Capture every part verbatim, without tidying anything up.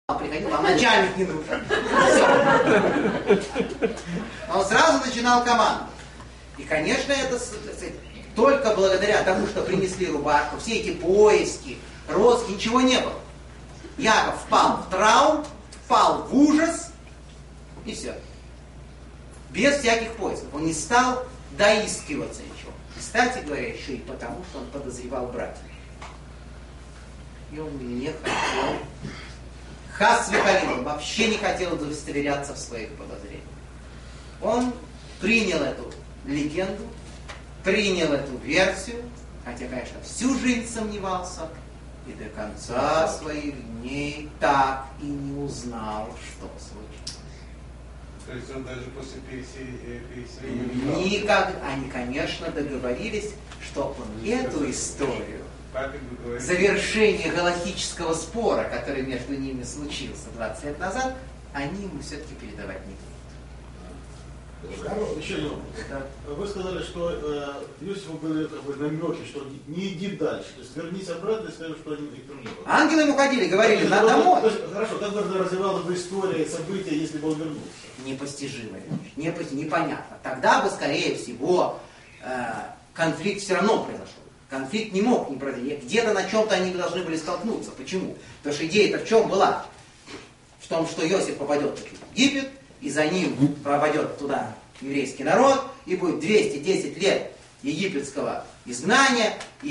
приходил, а начальник не нужен. Он сразу начинал команду. И, конечно, это только благодаря тому, что принесли рубашку, все эти поиски, розыски, ничего не было. Яков впал в траум, впал в ужас, и все. Без всяких поисков. Он не стал доискиваться ничего. Кстати говоря, еще и потому, что он подозревал братьев. И он не хотел, хас вехалил, он вообще не хотел удостоверяться в своих подозрениях. Он принял эту легенду, принял эту версию, хотя, конечно, всю жизнь сомневался, и до конца своих дней так и не узнал, что случилось. То есть он даже после переселения... Никак, они, конечно, договорились, что он эту историю, завершение галактического спора, который между ними случился двадцать лет назад, они ему все-таки передавать не будут. Еще один вопрос. Да. Вы сказали, что э, Иосифу были такой намеки, что не иди дальше. То есть вернись обратно и скажи, что они их там не было. Ангелы ему ходили, говорили, надо домой. То есть, хорошо, как бы развивалась бы история и события, если бы он вернулся? Непостижимая вещь, непо- непонятно. Тогда бы, скорее всего, э, конфликт все равно произошел. Конфликт не мог не произойти. Где-то на чем-то они должны были столкнуться. Почему? Потому что идея-то в чем была? В том, что Иосиф попадет в Египет, и за ним пропадет туда еврейский народ, и будет двести десять лет египетского изгнания,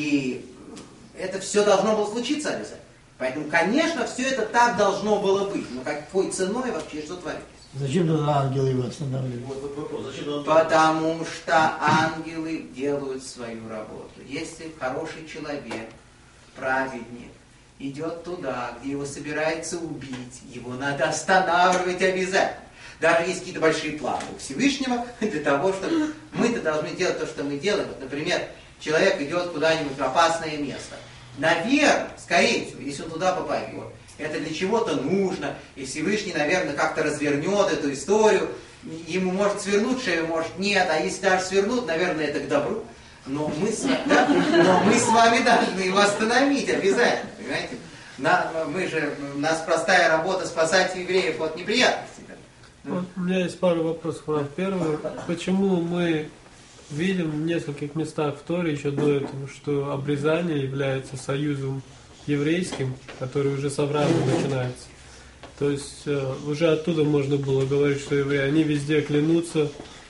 и это все должно было случиться обязательно. Поэтому, конечно, все это так должно было быть. Но какой ценой вообще что творилось? Зачем тогда ангелы его останавливают? Вот, вот вопрос. Зачем он... Потому что ангелы делают свою работу. Если хороший человек, праведник, идет туда, где его собирается убить, его надо останавливать обязательно. Даже есть какие-то большие планы у Всевышнего для того, чтобы мы-то должны делать то, что мы делаем. Вот, например, человек идет куда-нибудь в опасное место. Наверное, скорее всего, если он туда попадет, это для чего-то нужно, и Всевышний, наверное, как-то развернет эту историю. Ему может свернуть шею, может нет, а если даже свернут, наверное, это к добру. Но мы с вами, да? Но мы с вами должны его остановить обязательно, понимаете? На, мы же, у нас простая работа спасать евреев от неприятностей. Вот у меня есть пару вопросов. Первый, почему мы видим в нескольких местах в Торе еще до этого, что обрезание является союзом еврейским, который уже с Авраама начинается. То есть э, уже оттуда можно было говорить, что евреи, они везде клянутся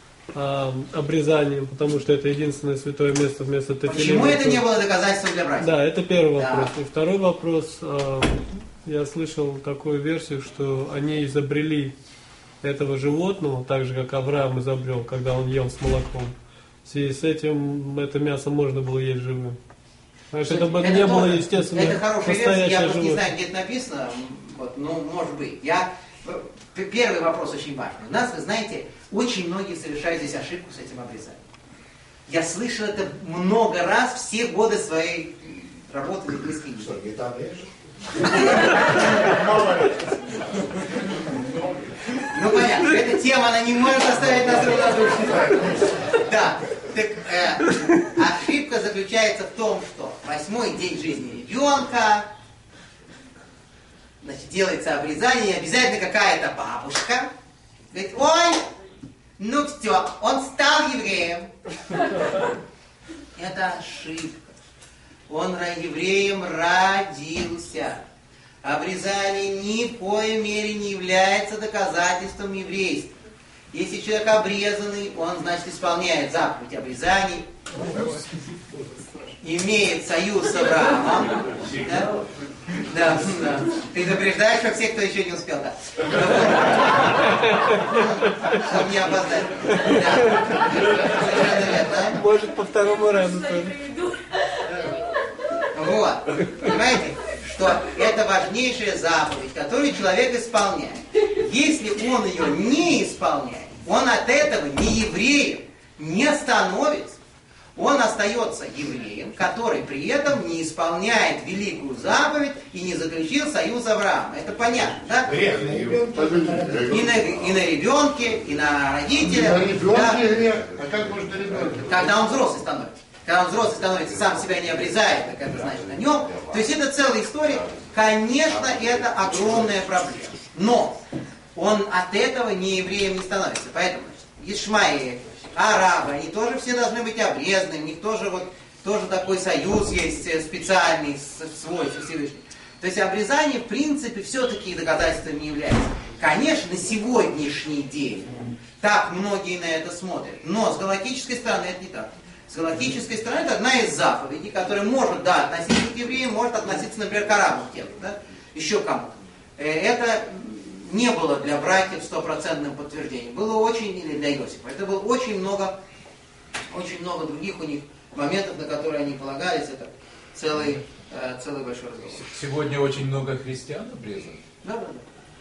э, обрезанием, потому что это единственное святое место вместо Тефилина. Почему это не было доказательством для братьев? Да, это первый да. вопрос. И второй вопрос, э, я слышал такую версию, что они изобрели этого животного, так же как Авраам изобрел, когда он ел с молоком. В связи с этим это мясо можно было есть живым. Потому что это, это не было, естественно, это хорошая версия, я просто животное. Не знаю, где это написано, вот, ну, может быть. Я... Первый вопрос очень важный. У нас, вы знаете, очень многие совершают здесь ошибку с этим обрезанием. Я слышал это много раз, все годы своей работы в еврейской Что, не там режет? Ну понятно, эта тема, она не может оставить нас равнодушными. Да, так э, ошибка заключается в том, что восьмой день жизни ребенка, значит, делается обрезание, и обязательно какая-то бабушка говорит, ой, ну все, он стал евреем. Это ошибка. Он евреем родился. Обрезание ни в коей мере не является доказательством еврейства. Если человек обрезанный, он, значит, исполняет заповедь обрезаний, имеет союз с Авраамом. Да? Да, да. Ты предупреждаешь, что все, кто еще не успел, да. Чтобы не опоздать. Да. Может, по второму разу тоже. Вот. Понимаете? Что это важнейшая заповедь, которую человек исполняет. Если он ее не исполняет, он от этого не евреем не становится. Он остается евреем, который при этом не исполняет великую заповедь и не заключил союз Авраама. Это понятно, да? Грех на ребенке. И на, и на ребенке, и на родителях. И на ребенке да. грех. А как может на ребенке? Когда он взрослый становится. когда он взрослый становится, сам себя не обрезает, так это значит о нем. То есть это целая история. Конечно, это огромная проблема. Но он от этого не евреем не становится. Поэтому Ишмаили, арабы, они тоже все должны быть обрезаны. У них тоже вот тоже такой союз есть специальный, свой Всевышний. То есть обрезание, в принципе, все-таки доказательством не является. Конечно, на сегодняшний день так многие на это смотрят. Но с галактической стороны это не так. С галактической стороны это одна из заповедей, которая может, да, относиться к евреям, может относиться, например, к арабам, да, еще кому-то. Это не было для братьев стопроцентным подтверждением. Было очень, или для Иосифа, это было очень много, очень много других у них моментов, на которые они полагались. Это целый, э, целый большой разговор. Сегодня очень много христиан обрезано. Да, да, да.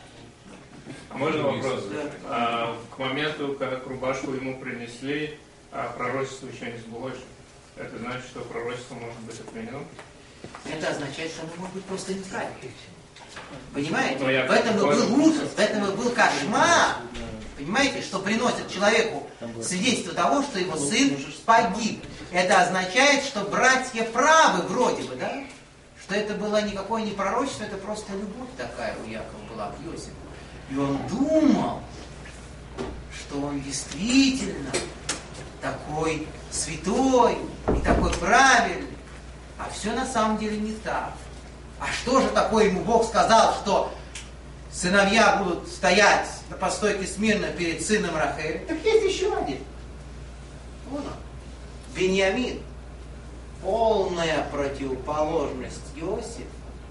А можно вопрос? Да. А, к моменту, как рубашку ему принесли, а пророчество еще не сбылось. Это значит, что пророчество может быть отменено? Это означает, что оно может быть просто неправильно. Понимаете? Но я в этом и понял. был ужас, в этом и был кошмар. Понимаете, что приносит человеку свидетельство того, что его сын погиб. Это означает, что братья правы вроде бы, да? Что это было никакое не пророчество, это просто любовь такая у Якова была к Иосифу. И он думал, что он действительно такой святой и такой правильный. А все на самом деле не так. А что же такое ему Бог сказал, что сыновья будут стоять по стойке смирно перед сыном Рахели? Так есть еще один. Вон он. Беньямин. Полная противоположность Иосифа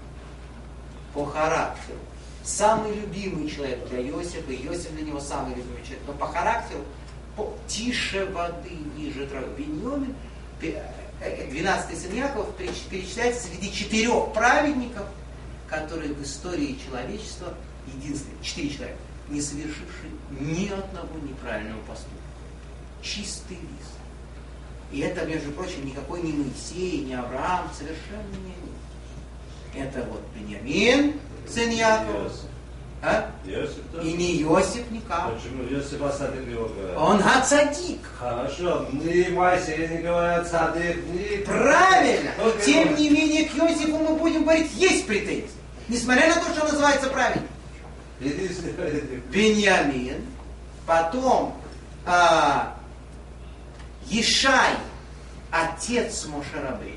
по характеру. Самый любимый человек для Иосифа, и Иосиф для него самый любимый человек. Но по характеру по, тише воды, ниже травы. Беньямин, двенадцатый сын Якова, перечисляется среди четырех праведников, которые в истории человечества единственные, четыре человека, не совершившие ни одного неправильного поступка. Чистый лист. И это, между прочим, никакой не Моисей, не Авраам, совершенно не они. Это вот Беньямин, сын Якова. А? И не Иосиф никак. Почему? Иосиф Асадик его говорит. Он ацадик. Хорошо, ни Моисей не говорят цадик, ни... Правильно. Только И тем его. не менее к Иосифу мы будем говорить, есть претензии. Несмотря на то, что он называется правильным. Беньямин, потом а, Ешай, отец Моше Рабейну.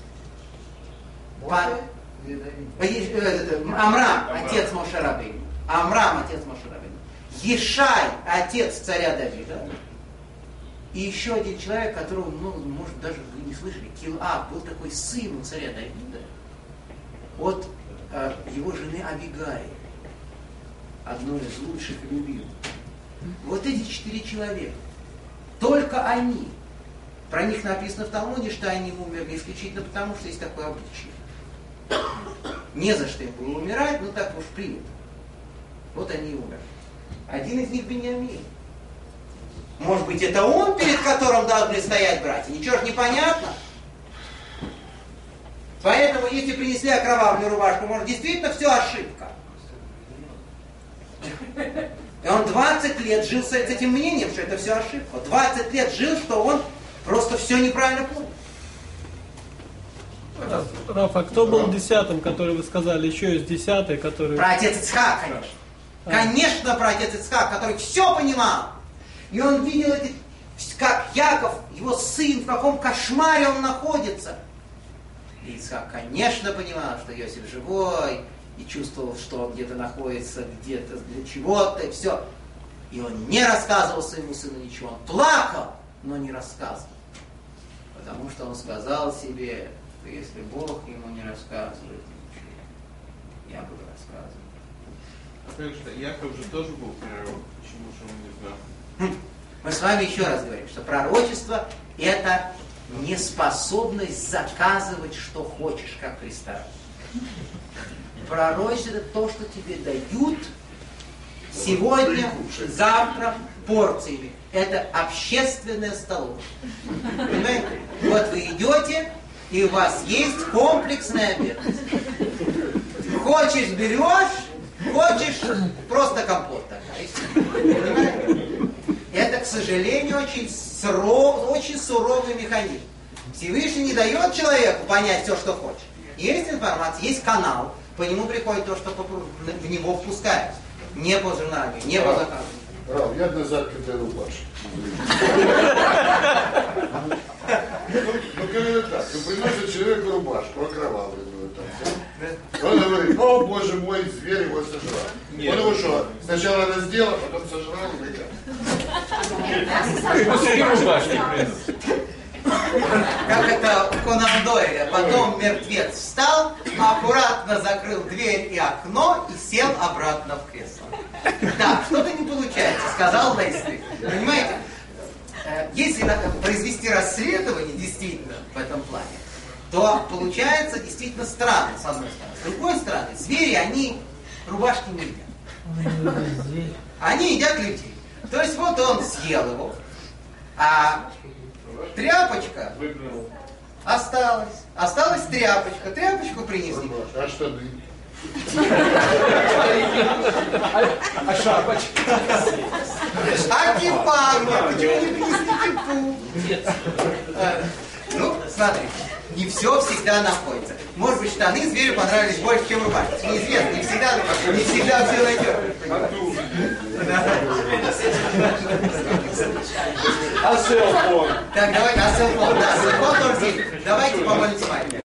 По- э, э, Амрам, отец Моше Рабейну. Амрам, отец Моше Рабейну. Ешай, отец царя Давида. И еще один человек, которого, ну, может, даже вы не слышали, Килав, был такой сын у царя Давида от э, его жены Абигаи, одной из лучших и любимых. Вот эти четыре человека, только они, про них написано в Талмуде, что они умерли исключительно потому, что есть такой обычай. Не за что им было умирать, но так уж принято. Вот они и умерли. Один из них Беньямин. Может быть, это он, перед которым должны стоять братья? Ничего же не понятно. Поэтому, если принесли окровавленную рубашку, может, действительно все ошибка. И он двадцать лет жил с этим мнением, что это все ошибка. двадцать лет жил, что он просто все неправильно понял. Раф, а кто был десятым, который вы сказали? Еще есть десятый, который... Про отец Ицхак, конечно. Конечно, про отец Ицхак, который все понимал. И он видел, эти, как Яков, его сын, в каком кошмаре он находится. И Ицхак, конечно, понимал, что Иосиф живой, и чувствовал, что он где-то находится, где-то для чего-то, и все. И он не рассказывал своему сыну ничего. Он плакал, но не рассказывал. Потому что он сказал себе, что если Бог ему не рассказывает ничего, я буду рассказывать. А как же, Яков же тоже был пророк, почему же он не знал? Мы с вами еще раз говорим, что пророчество – это неспособность заказывать, что хочешь, как в ресторане. Пророчество – это то, что тебе дают сегодня, завтра порциями. Это общественная столовая. Понимаете? Вот вы идете, и у вас есть комплексный обед. Хочешь – берешь, хочешь – просто компот такая. Понимаете? Это, к сожалению, очень, суров, очень суровый механизм. Всевышний не дает человеку понять все, что хочет. Есть информация, есть канал, по нему приходит то, что в него впускается. Не по желанию, не по заказу. Рав, я назад к этой рубашке. Ну, как так, ну, приносит человеку рубашку, окровавленную там. Он говорит, о, боже мой, зверь его сожрал. Он его что, сначала раздел, а потом сожрал, После рубашки приносит. Как это у Конан Дойля. Потом мертвец встал, аккуратно закрыл дверь и окно и сел обратно в кресло. Да, что-то не получается, сказал Лейсли. Понимаете, если произвести расследование действительно в этом плане, то получается действительно странно, с одной стороны. С другой стороны, звери, они рубашки не едят. Они едят людей. То есть вот он съел его, а тряпочка осталась. Осталась тряпочка. Тряпочку принесли. А штаны? А шапочка? А кипа? Почему не принесли кипу? Ну, смотрите, не все всегда находится. Может быть, штаны зверю понравились больше, чем рубашка. Неизвестно, не всегда, не всегда все найдешь. А селфон? Так, давайте, а селфон, да, селфон тоже. Давайте помолимся.